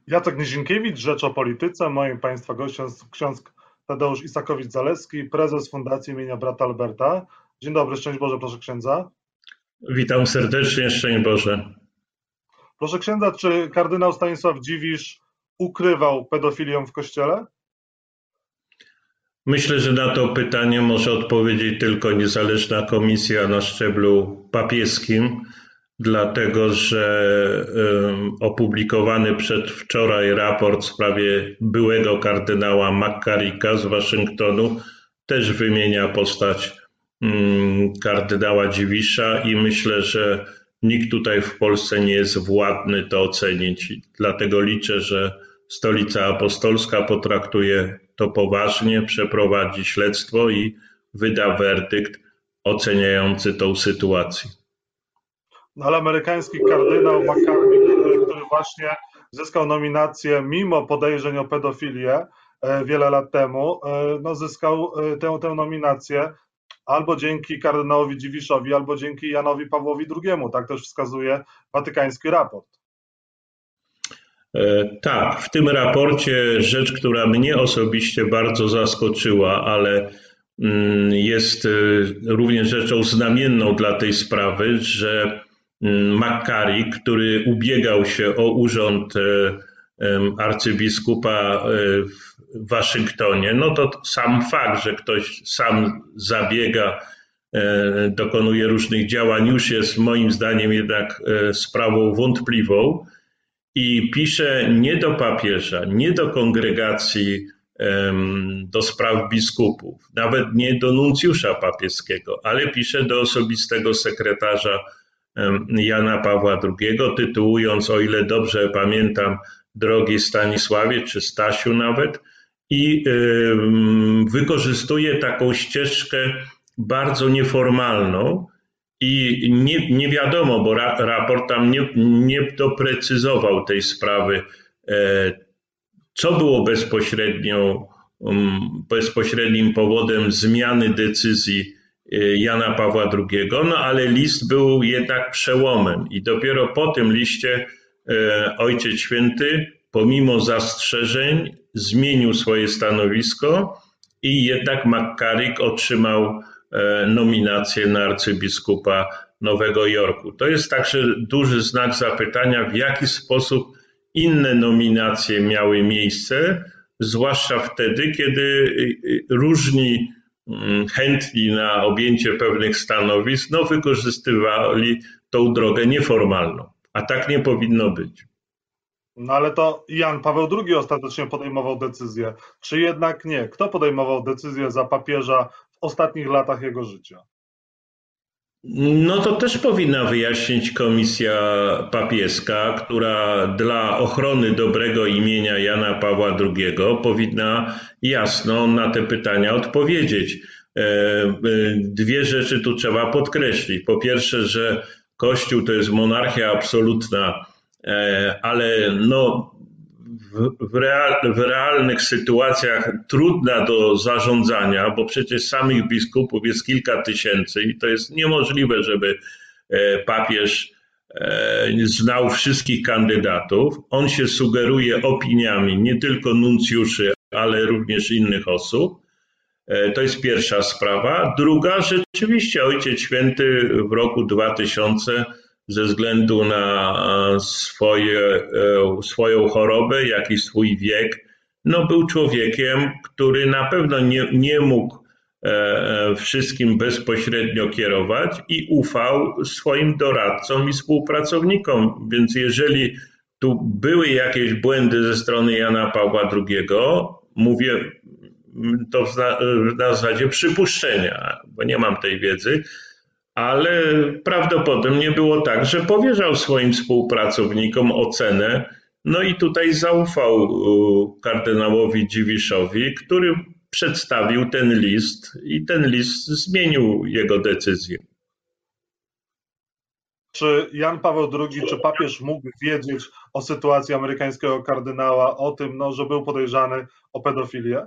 Jacek Nizinkiewicz, Rzecz o Polityce. Moim Państwa gościem jest ksiądz Tadeusz Isakowicz-Zaleski, prezes Fundacji imienia Brata Alberta. Dzień dobry, szczęść Boże, proszę księdza. Witam serdecznie, szczęść Boże. Proszę księdza, czy kardynał Stanisław Dziwisz ukrywał pedofilię w Kościele? Myślę, że na to pytanie może odpowiedzieć tylko niezależna komisja na szczeblu papieskim, dlatego że opublikowany przedwczoraj raport w sprawie byłego kardynała McCarricka z Waszyngtonu też wymienia postać kardynała Dziwisza i myślę, że nikt tutaj w Polsce nie jest władny to ocenić. Dlatego liczę, że Stolica Apostolska potraktuje to poważnie, przeprowadzi śledztwo i wyda werdykt oceniający tą sytuację. No ale amerykański kardynał McCarrick, który właśnie zyskał nominację mimo podejrzeń o pedofilię wiele lat temu, no zyskał tę nominację albo dzięki kardynałowi Dziwiszowi, albo dzięki Janowi Pawłowi II. Tak też wskazuje watykański raport. Tak, w tym raporcie rzecz, która mnie osobiście bardzo zaskoczyła, ale jest również rzeczą znamienną dla tej sprawy, że McCarrick, który ubiegał się o urząd arcybiskupa w Waszyngtonie, no to sam fakt, że ktoś sam zabiega, dokonuje różnych działań, już jest moim zdaniem jednak sprawą wątpliwą i pisze nie do papieża, nie do kongregacji do spraw biskupów, nawet nie do nuncjusza papieskiego, ale pisze do osobistego sekretarza Jana Pawła II, tytułując, o ile dobrze pamiętam, drogi Stanisławie, czy Stasiu nawet, i wykorzystuje taką ścieżkę bardzo nieformalną i nie wiadomo, bo raport tam nie doprecyzował tej sprawy, co było bezpośrednim powodem zmiany decyzji Jana Pawła II, no ale list był jednak przełomem i dopiero po tym liście Ojciec Święty, pomimo zastrzeżeń, zmienił swoje stanowisko i jednak McCarrick otrzymał nominację na arcybiskupa Nowego Jorku. To jest także duży znak zapytania, w jaki sposób inne nominacje miały miejsce, zwłaszcza wtedy, kiedy różni chętni na objęcie pewnych stanowisk wykorzystywali tą drogę nieformalną, a tak nie powinno być. No ale to Jan Paweł II ostatecznie podejmował decyzję, czy jednak nie? Kto podejmował decyzję za papieża w ostatnich latach jego życia? No to też powinna wyjaśnić komisja papieska, która dla ochrony dobrego imienia Jana Pawła II powinna jasno na te pytania odpowiedzieć. Dwie rzeczy tu trzeba podkreślić. Po pierwsze, że Kościół to jest monarchia absolutna, ale w realnych sytuacjach trudna do zarządzania, bo przecież samych biskupów jest kilka tysięcy i to jest niemożliwe, żeby papież znał wszystkich kandydatów. On się sugeruje opiniami nie tylko nuncjuszy, ale również innych osób. To jest pierwsza sprawa. Druga, rzeczywiście Ojciec Święty w roku 2000 ze względu na swoją chorobę, jak i swój wiek, był człowiekiem, który na pewno nie mógł wszystkim bezpośrednio kierować i ufał swoim doradcom i współpracownikom. Więc jeżeli tu były jakieś błędy ze strony Jana Pawła II, mówię to na zasadzie przypuszczenia, bo nie mam tej wiedzy, ale prawdopodobnie było tak, że powierzał swoim współpracownikom ocenę, i tutaj zaufał kardynałowi Dziwiszowi, który przedstawił ten list i ten list zmienił jego decyzję. Czy Jan Paweł II, czy papież mógł wiedzieć o sytuacji amerykańskiego kardynała, o tym, że był podejrzany o pedofilię?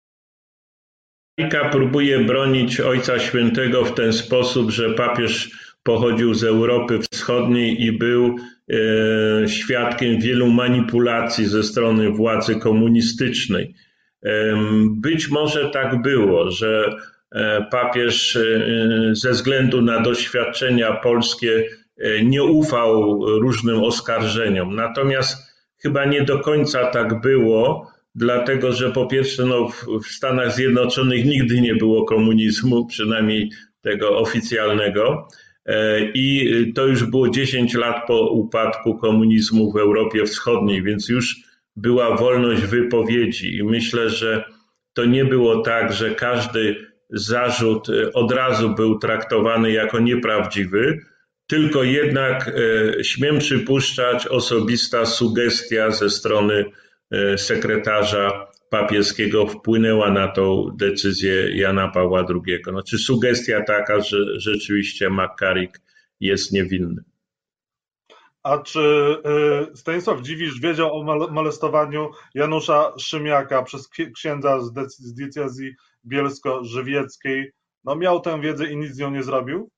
Próbuje bronić Ojca Świętego w ten sposób, że papież pochodził z Europy Wschodniej i był świadkiem wielu manipulacji ze strony władzy komunistycznej. Być może tak było, że papież ze względu na doświadczenia polskie nie ufał różnym oskarżeniom. Natomiast chyba nie do końca tak było, dlatego że po pierwsze w Stanach Zjednoczonych nigdy nie było komunizmu, przynajmniej tego oficjalnego. I to już było 10 lat po upadku komunizmu w Europie Wschodniej, więc już była wolność wypowiedzi i myślę, że to nie było tak, że każdy zarzut od razu był traktowany jako nieprawdziwy, tylko jednak śmiem przypuszczać, osobista sugestia ze strony sekretarza papieskiego wpłynęła na tą decyzję Jana Pawła II. Znaczy sugestia taka, że rzeczywiście McCarrick jest niewinny. A czy Stanisław Dziwisz wiedział o molestowaniu Janusza Szymiaka przez księdza z diecezji bielsko-żywieckiej? No miał tę wiedzę i nic z nią nie zrobił?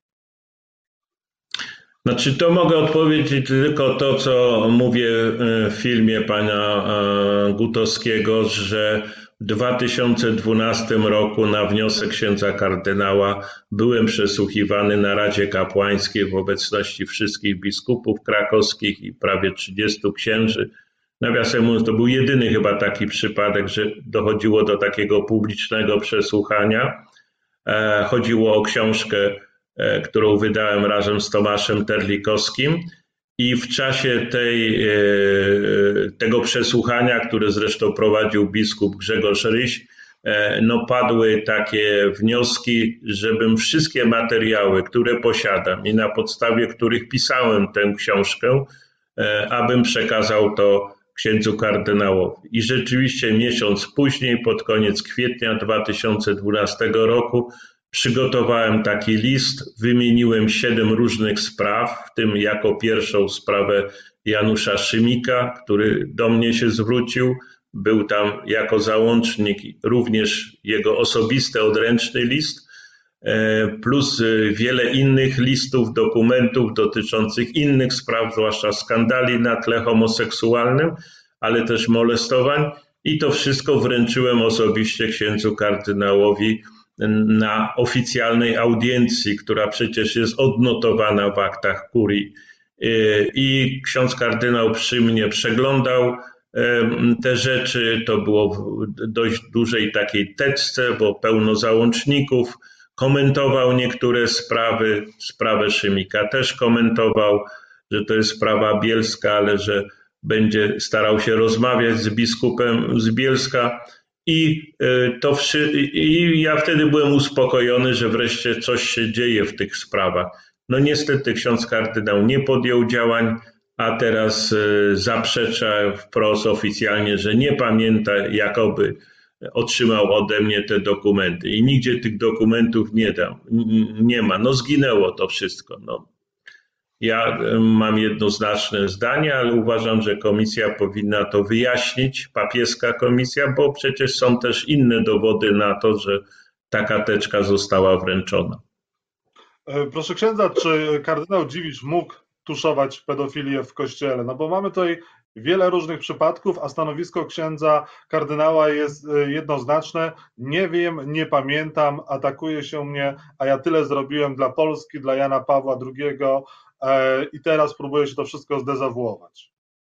Znaczy to mogę odpowiedzieć tylko to, co mówię w filmie pana Gutowskiego, że w 2012 roku na wniosek księdza kardynała byłem przesłuchiwany na Radzie Kapłańskiej w obecności wszystkich biskupów krakowskich i prawie 30 księży. Nawiasem mówiąc, to był jedyny chyba taki przypadek, że dochodziło do takiego publicznego przesłuchania. Chodziło o książkę, którą wydałem razem z Tomaszem Terlikowskim i w czasie tego przesłuchania, które zresztą prowadził biskup Grzegorz Ryś, padły takie wnioski, żebym wszystkie materiały, które posiadam i na podstawie których pisałem tę książkę, abym przekazał to księdzu kardynałowi. I rzeczywiście miesiąc później, pod koniec kwietnia 2012 roku, przygotowałem taki list, wymieniłem 7 różnych spraw, w tym jako pierwszą sprawę Janusza Szymika, który do mnie się zwrócił. Był tam jako załącznik również jego osobisty, odręczny list, plus wiele innych listów, dokumentów dotyczących innych spraw, zwłaszcza skandali na tle homoseksualnym, ale też molestowań. I to wszystko wręczyłem osobiście księdzu kardynałowi na oficjalnej audiencji, która przecież jest odnotowana w aktach kurii. I ksiądz kardynał przy mnie przeglądał te rzeczy. To było w dość dużej takiej teczce, bo pełno załączników. Komentował niektóre sprawy. Sprawę Szymika też komentował, że to jest sprawa bielska, ale że będzie starał się rozmawiać z biskupem z Bielska. I ja wtedy byłem uspokojony, że wreszcie coś się dzieje w tych sprawach. No niestety ksiądz kardynał nie podjął działań, a teraz zaprzecza wprost oficjalnie, że nie pamięta, jakoby otrzymał ode mnie te dokumenty. I nigdzie tych dokumentów nie ma. No zginęło to wszystko. No. Ja mam jednoznaczne zdanie, ale uważam, że komisja powinna to wyjaśnić, papieska komisja, bo przecież są też inne dowody na to, że taka teczka została wręczona. Proszę księdza, czy kardynał Dziwisz mógł tuszować pedofilię w kościele? No bo mamy tutaj wiele różnych przypadków, a stanowisko księdza kardynała jest jednoznaczne. Nie wiem, nie pamiętam, atakuje się mnie, a ja tyle zrobiłem dla Polski, dla Jana Pawła II i teraz próbuje się to wszystko zdezawuować.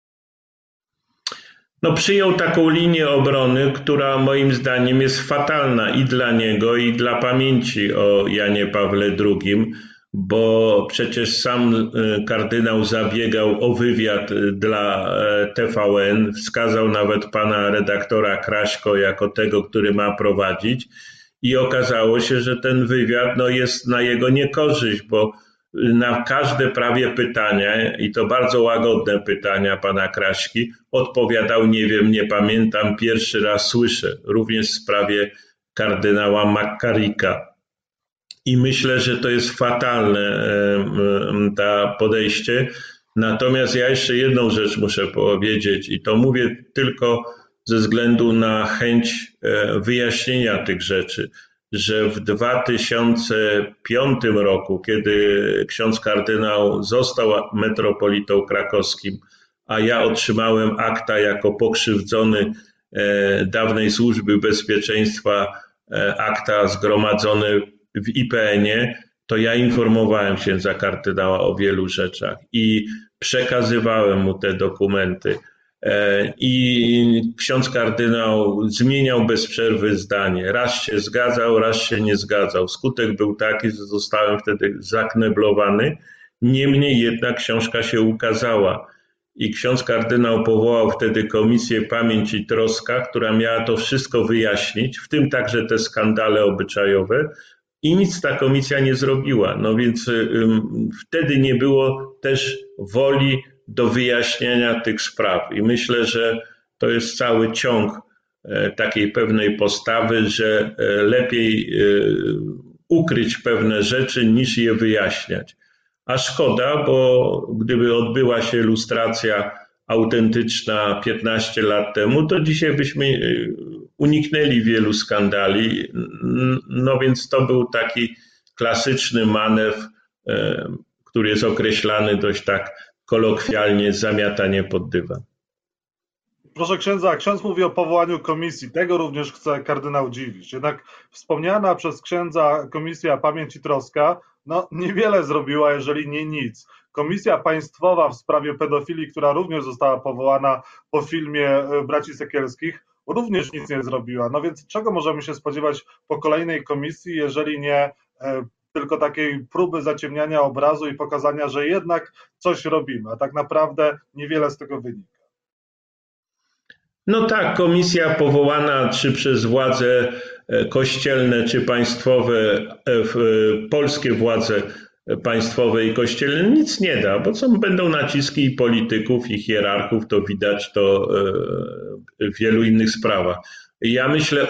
No przyjął taką linię obrony, która moim zdaniem jest fatalna i dla niego, i dla pamięci o Janie Pawle II, bo przecież sam kardynał zabiegał o wywiad dla TVN, wskazał nawet pana redaktora Kraśko jako tego, który ma prowadzić i okazało się, że ten wywiad jest na jego niekorzyść, bo na każde prawie pytanie, i to bardzo łagodne pytania pana Kraśki, odpowiadał nie wiem, nie pamiętam, pierwszy raz słyszę, również w sprawie kardynała McCarricka. I myślę, że to jest fatalne to podejście. Natomiast ja jeszcze jedną rzecz muszę powiedzieć i to mówię tylko ze względu na chęć wyjaśnienia tych rzeczy. że w 2005 roku, kiedy ksiądz kardynał został metropolitą krakowskim, a ja otrzymałem akta jako pokrzywdzony dawnej Służby Bezpieczeństwa, akta zgromadzone w IPN-ie, to ja informowałem księdza kardynała o wielu rzeczach i przekazywałem mu te dokumenty. I ksiądz kardynał zmieniał bez przerwy zdanie. Raz się zgadzał, raz się nie zgadzał. Skutek był taki, że zostałem wtedy zakneblowany. Niemniej jednak książka się ukazała. I ksiądz kardynał powołał wtedy Komisję Pamięć i Troska, która miała to wszystko wyjaśnić, w tym także te skandale obyczajowe. I nic ta komisja nie zrobiła. No więc wtedy nie było też woli do wyjaśniania tych spraw. I myślę, że to jest cały ciąg takiej pewnej postawy, że lepiej ukryć pewne rzeczy niż je wyjaśniać. A szkoda, bo gdyby odbyła się lustracja autentyczna 15 lat temu, to dzisiaj byśmy uniknęli wielu skandali. No więc to był taki klasyczny manewr, który jest określany dość tak kolokwialnie, zamiatanie pod dywan. Proszę księdza, ksiądz mówi o powołaniu komisji. Tego również chce kardynał dziwić. Jednak wspomniana przez księdza Komisja Pamięć i Troska niewiele zrobiła, jeżeli nie nic. Komisja Państwowa w sprawie pedofilii, która również została powołana po filmie braci Sekielskich, również nic nie zrobiła. No więc czego możemy się spodziewać po kolejnej komisji, jeżeli nie tylko takiej próby zaciemniania obrazu i pokazania, że jednak coś robimy, a tak naprawdę niewiele z tego wynika. No tak, komisja powołana czy przez władze kościelne, czy państwowe, polskie władze państwowe i kościelne nic nie da, bo co będą naciski i polityków, i hierarchów, to widać to w wielu innych sprawach. Ja myślę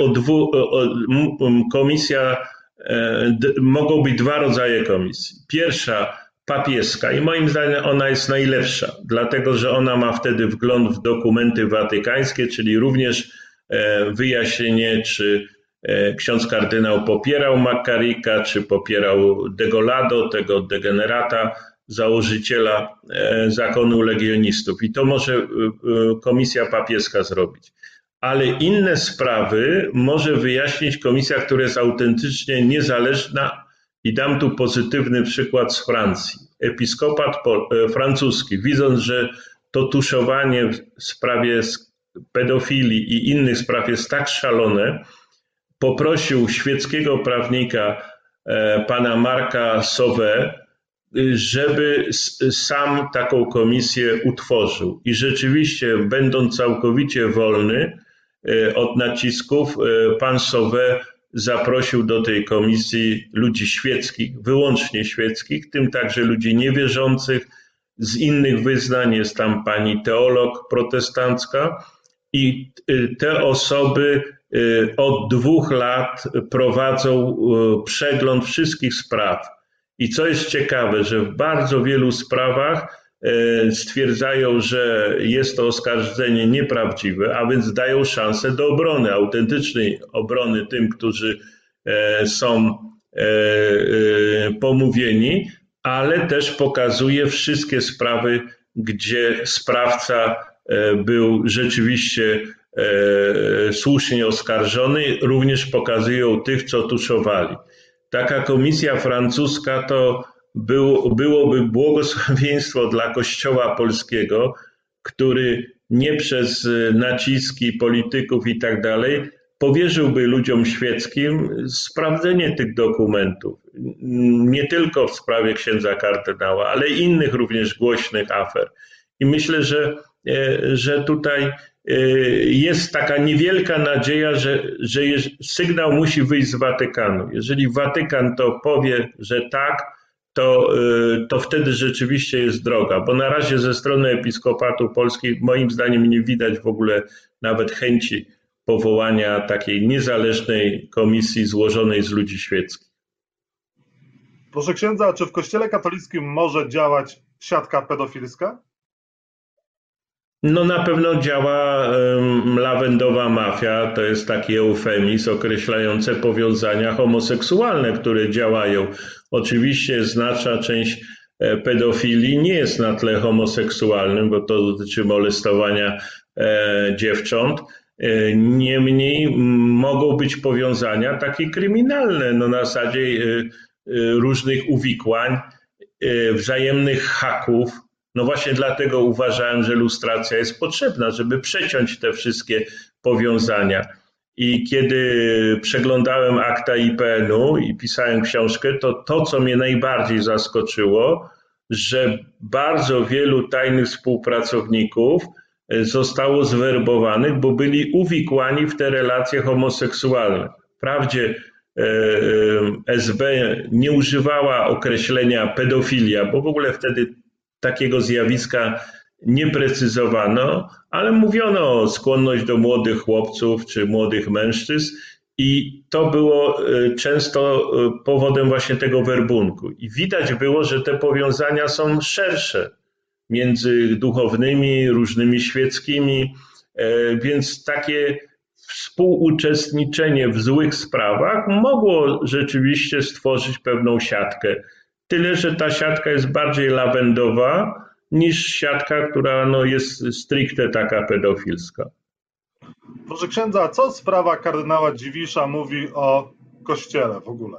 mogą być dwa rodzaje komisji. Pierwsza papieska i moim zdaniem ona jest najlepsza, dlatego że ona ma wtedy wgląd w dokumenty watykańskie, czyli również wyjaśnienie, czy ksiądz kardynał popierał Makkaryka, czy popierał Degolado, tego degenerata, założyciela zakonu legionistów. I to może komisja papieska zrobić. Ale inne sprawy może wyjaśnić komisja, która jest autentycznie niezależna. I dam tu pozytywny przykład z Francji. Episkopat francuski, widząc, że to tuszowanie w sprawie pedofilii i innych spraw jest tak szalone, poprosił świeckiego prawnika pana Marka Sauvé, żeby sam taką komisję utworzył. I rzeczywiście, będąc całkowicie wolny od nacisków, pan Sauvé zaprosił do tej komisji ludzi świeckich, wyłącznie świeckich, tym także ludzi niewierzących, z innych wyznań, jest tam pani teolog protestancka i te osoby od 2 lat prowadzą przegląd wszystkich spraw. I co jest ciekawe, że w bardzo wielu sprawach stwierdzają, że jest to oskarżenie nieprawdziwe, a więc dają szansę do obrony, autentycznej obrony tym, którzy są pomówieni, ale też pokazuje wszystkie sprawy, gdzie sprawca był rzeczywiście słusznie oskarżony, również pokazują tych, co tuszowali. Taka komisja francuska to byłoby błogosławieństwo dla Kościoła polskiego, który nie przez naciski polityków i tak dalej powierzyłby ludziom świeckim sprawdzenie tych dokumentów. Nie tylko w sprawie księdza kardynała, ale innych również głośnych afer. I myślę, że tutaj jest taka niewielka nadzieja, że sygnał musi wyjść z Watykanu. Jeżeli Watykan to powie, że tak, to wtedy rzeczywiście jest droga, bo na razie ze strony Episkopatu Polski moim zdaniem nie widać w ogóle nawet chęci powołania takiej niezależnej komisji złożonej z ludzi świeckich. Proszę księdza, czy w Kościele katolickim może działać siatka pedofilska? No na pewno działa lawendowa mafia, to jest taki eufemizm określający powiązania homoseksualne, które działają. Oczywiście znaczna część pedofilii nie jest na tle homoseksualnym, bo to dotyczy molestowania dziewcząt. Niemniej mogą być powiązania takie kryminalne, no na zasadzie różnych uwikłań, wzajemnych haków. No właśnie dlatego uważałem, że lustracja jest potrzebna, żeby przeciąć te wszystkie powiązania. I kiedy przeglądałem akta IPN-u i pisałem książkę, to co mnie najbardziej zaskoczyło, że bardzo wielu tajnych współpracowników zostało zwerbowanych, bo byli uwikłani w te relacje homoseksualne. Wprawdzie SB nie używała określenia pedofilia, bo w ogóle wtedy takiego zjawiska nie precyzowano, ale mówiono o skłonność do młodych chłopców czy młodych mężczyzn i to było często powodem właśnie tego werbunku. I widać było, że te powiązania są szersze między duchownymi, różnymi świeckimi, więc takie współuczestniczenie w złych sprawach mogło rzeczywiście stworzyć pewną siatkę. Tyle, że ta siatka jest bardziej lawendowa niż siatka, która jest stricte taka pedofilska. Proszę księdza, a co sprawa kardynała Dziwisza mówi o Kościele w ogóle?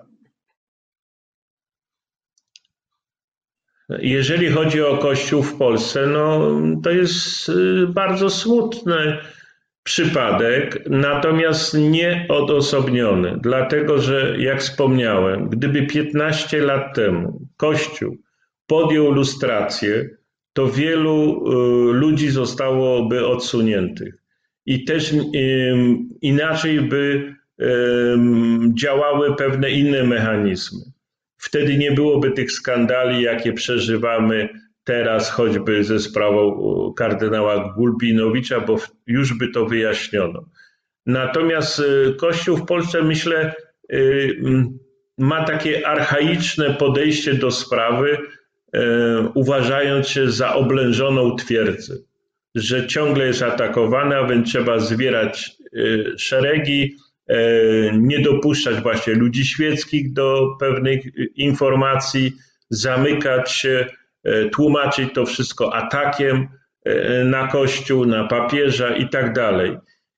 Jeżeli chodzi o Kościół w Polsce, to jest bardzo smutny przypadek, natomiast nie odosobniony, dlatego że, jak wspomniałem, gdyby 15 lat temu Kościół podjął lustrację, to wielu ludzi zostałoby odsuniętych i też inaczej by działały pewne inne mechanizmy. Wtedy nie byłoby tych skandali, jakie przeżywamy teraz, choćby ze sprawą kardynała Gulbinowicza, bo już by to wyjaśniono. Natomiast Kościół w Polsce, myślę, ma takie archaiczne podejście do sprawy, uważając się za oblężoną twierdzę, że ciągle jest atakowany, a więc trzeba zbierać szeregi, nie dopuszczać właśnie ludzi świeckich do pewnych informacji, zamykać się, tłumaczyć to wszystko atakiem na Kościół, na papieża i tak dalej.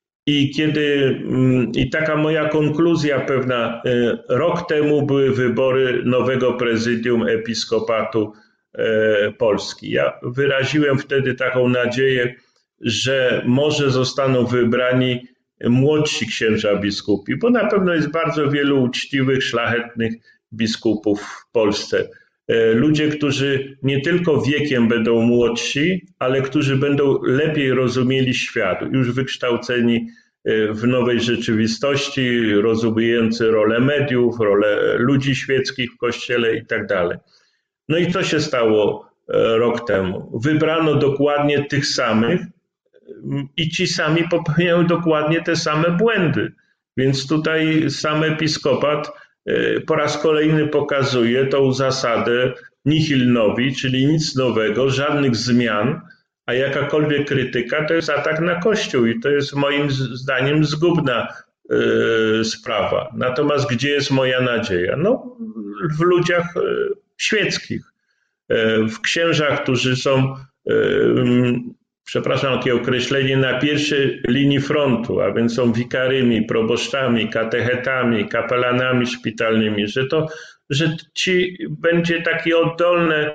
I taka moja konkluzja pewna, rok temu były wybory nowego prezydium episkopatu Polski. Ja wyraziłem wtedy taką nadzieję, że może zostaną wybrani młodsi księża biskupi, bo na pewno jest bardzo wielu uczciwych, szlachetnych biskupów w Polsce. Ludzie, którzy nie tylko wiekiem będą młodsi, ale którzy będą lepiej rozumieli świat, już wykształceni w nowej rzeczywistości, rozumiejący rolę mediów, rolę ludzi świeckich w Kościele i tak dalej. No i co się stało rok temu? Wybrano dokładnie tych samych i ci sami popełniają dokładnie te same błędy. Więc tutaj sam episkopat po raz kolejny pokazuje tą zasadę nihil novi, czyli nic nowego, żadnych zmian, a jakakolwiek krytyka to jest atak na Kościół i to jest moim zdaniem zgubna sprawa. Natomiast gdzie jest moja nadzieja? No, w ludziach świeckich, w księżach, którzy są, przepraszam, takie określenie, na pierwszej linii frontu, a więc są wikarymi, proboszczami, katechetami, kapelanami szpitalnymi, że ci będzie takie oddolne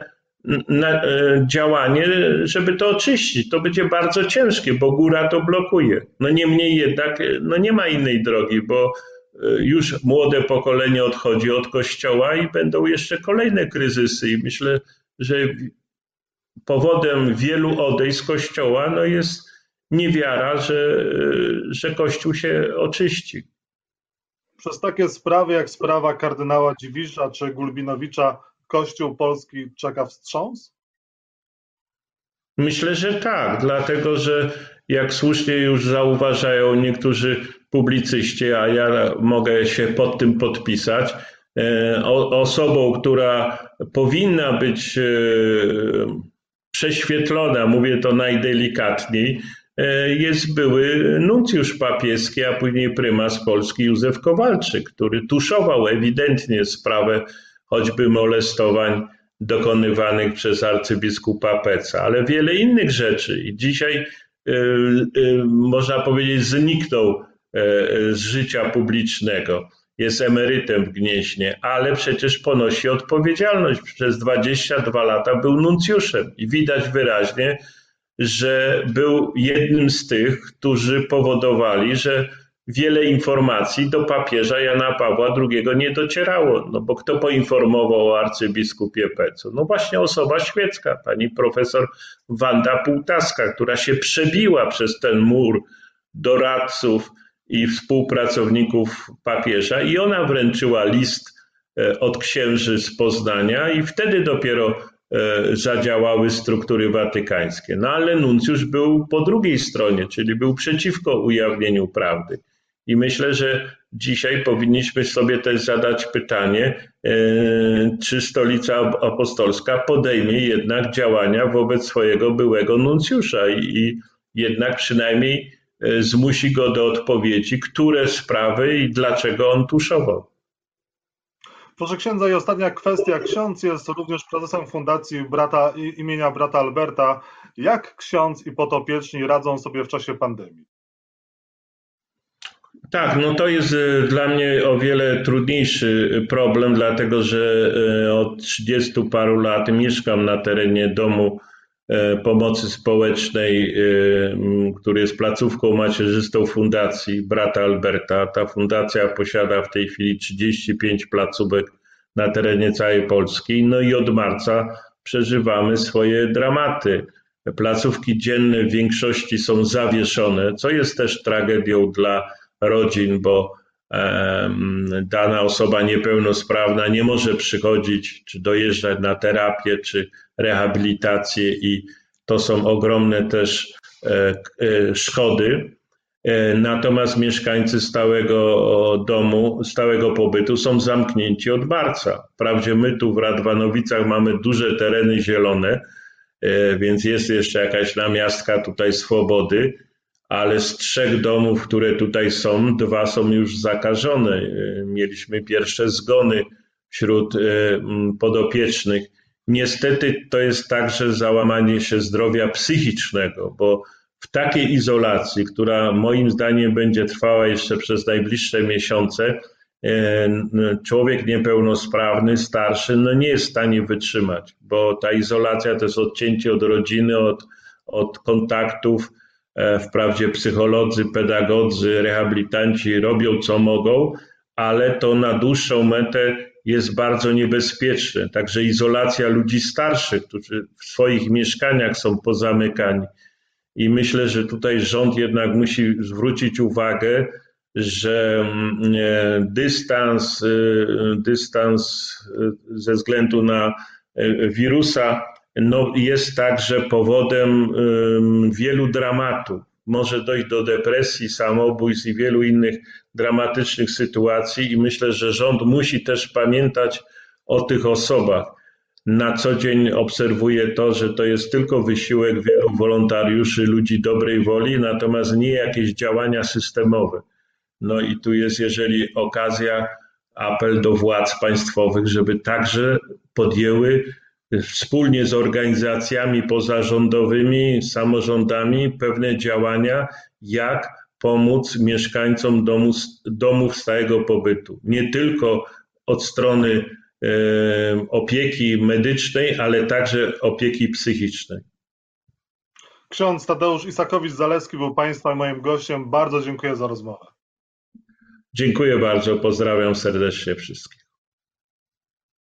działanie, żeby to oczyścić. To będzie bardzo ciężkie, bo góra to blokuje. No niemniej jednak nie ma innej drogi, bo już młode pokolenie odchodzi od Kościoła i będą jeszcze kolejne kryzysy i myślę, że powodem wielu odejść z Kościoła jest niewiara, że Kościół się oczyści. Przez takie sprawy jak sprawa kardynała Dziwisza czy Gulbinowicza Kościół polski czeka wstrząs? Myślę, że tak, dlatego że jak słusznie już zauważają niektórzy publicyści, a ja mogę się pod tym podpisać, osobą, która powinna być prześwietlona, mówię to najdelikatniej, jest były nuncjusz papieski, a później prymas Polski Józef Kowalczyk, który tuszował ewidentnie sprawę choćby molestowań dokonywanych przez arcybiskupa Peca, ale wiele innych rzeczy. I dzisiaj można powiedzieć zniknął z życia publicznego. Jest emerytem w Gnieźnie, ale przecież ponosi odpowiedzialność. Przez 22 lata był nuncjuszem i widać wyraźnie, że był jednym z tych, którzy powodowali, że wiele informacji do papieża Jana Pawła II nie docierało. No bo kto poinformował o arcybiskupie Pecu? No właśnie osoba świecka, pani profesor Wanda Półtaska, która się przebiła przez ten mur doradców i współpracowników papieża i ona wręczyła list od księży z Poznania i wtedy dopiero zadziałały struktury watykańskie. No ale nuncjusz był po drugiej stronie, czyli był przeciwko ujawnieniu prawdy. I myślę, że dzisiaj powinniśmy sobie też zadać pytanie, czy Stolica Apostolska podejmie jednak działania wobec swojego byłego nuncjusza i jednak przynajmniej zmusi go do odpowiedzi, które sprawy i dlaczego on tuszował. Proszę księdza, i ostatnia kwestia. Ksiądz jest również prezesem fundacji imienia brata Alberta. Jak ksiądz i podopieczni radzą sobie w czasie pandemii? Tak, no to jest dla mnie o wiele trudniejszy problem, dlatego że od 30 paru lat mieszkam na terenie domu pomocy społecznej, który jest placówką macierzystą fundacji brata Alberta. Ta fundacja posiada w tej chwili 35 placówek na terenie całej Polski. No i od marca przeżywamy swoje dramaty. Placówki dzienne w większości są zawieszone, co jest też tragedią dla rodzin, bo dana osoba niepełnosprawna nie może przychodzić czy dojeżdżać na terapię czy rehabilitację i to są ogromne też szkody. Natomiast mieszkańcy stałego domu, stałego pobytu są zamknięci od marca. Wprawdzie my tu w Radwanowicach mamy duże tereny zielone, więc jest jeszcze jakaś namiastka tutaj swobody, ale z 3 domów, które tutaj są, 2 są już zakażone. Mieliśmy pierwsze zgony wśród podopiecznych. Niestety to jest także załamanie się zdrowia psychicznego, bo w takiej izolacji, która moim zdaniem będzie trwała jeszcze przez najbliższe miesiące, człowiek niepełnosprawny, starszy, no nie jest w stanie wytrzymać, bo ta izolacja to jest odcięcie od rodziny, od kontaktów. Wprawdzie psycholodzy, pedagodzy, rehabilitanci robią co mogą, ale to na dłuższą metę jest bardzo niebezpieczne. Także izolacja ludzi starszych, którzy w swoich mieszkaniach są pozamykani. I myślę, że tutaj rząd jednak musi zwrócić uwagę, że dystans ze względu na wirusa jest także powodem wielu dramatów. Może dojść do depresji, samobójstw i wielu innych dramatycznych sytuacji i myślę, że rząd musi też pamiętać o tych osobach. Na co dzień obserwuję to, że to jest tylko wysiłek wielu wolontariuszy, ludzi dobrej woli, natomiast nie jakieś działania systemowe. No i tu jest, jeżeli okazja, apel do władz państwowych, żeby także podjęły wspólnie z organizacjami pozarządowymi, samorządami pewne działania, jak pomóc mieszkańcom domów stałego pobytu. Nie tylko od strony opieki medycznej, ale także opieki psychicznej. Ksiądz Tadeusz Isakowicz-Zalewski był Państwa i moim gościem. Bardzo dziękuję za rozmowę. Dziękuję bardzo, pozdrawiam serdecznie wszystkich.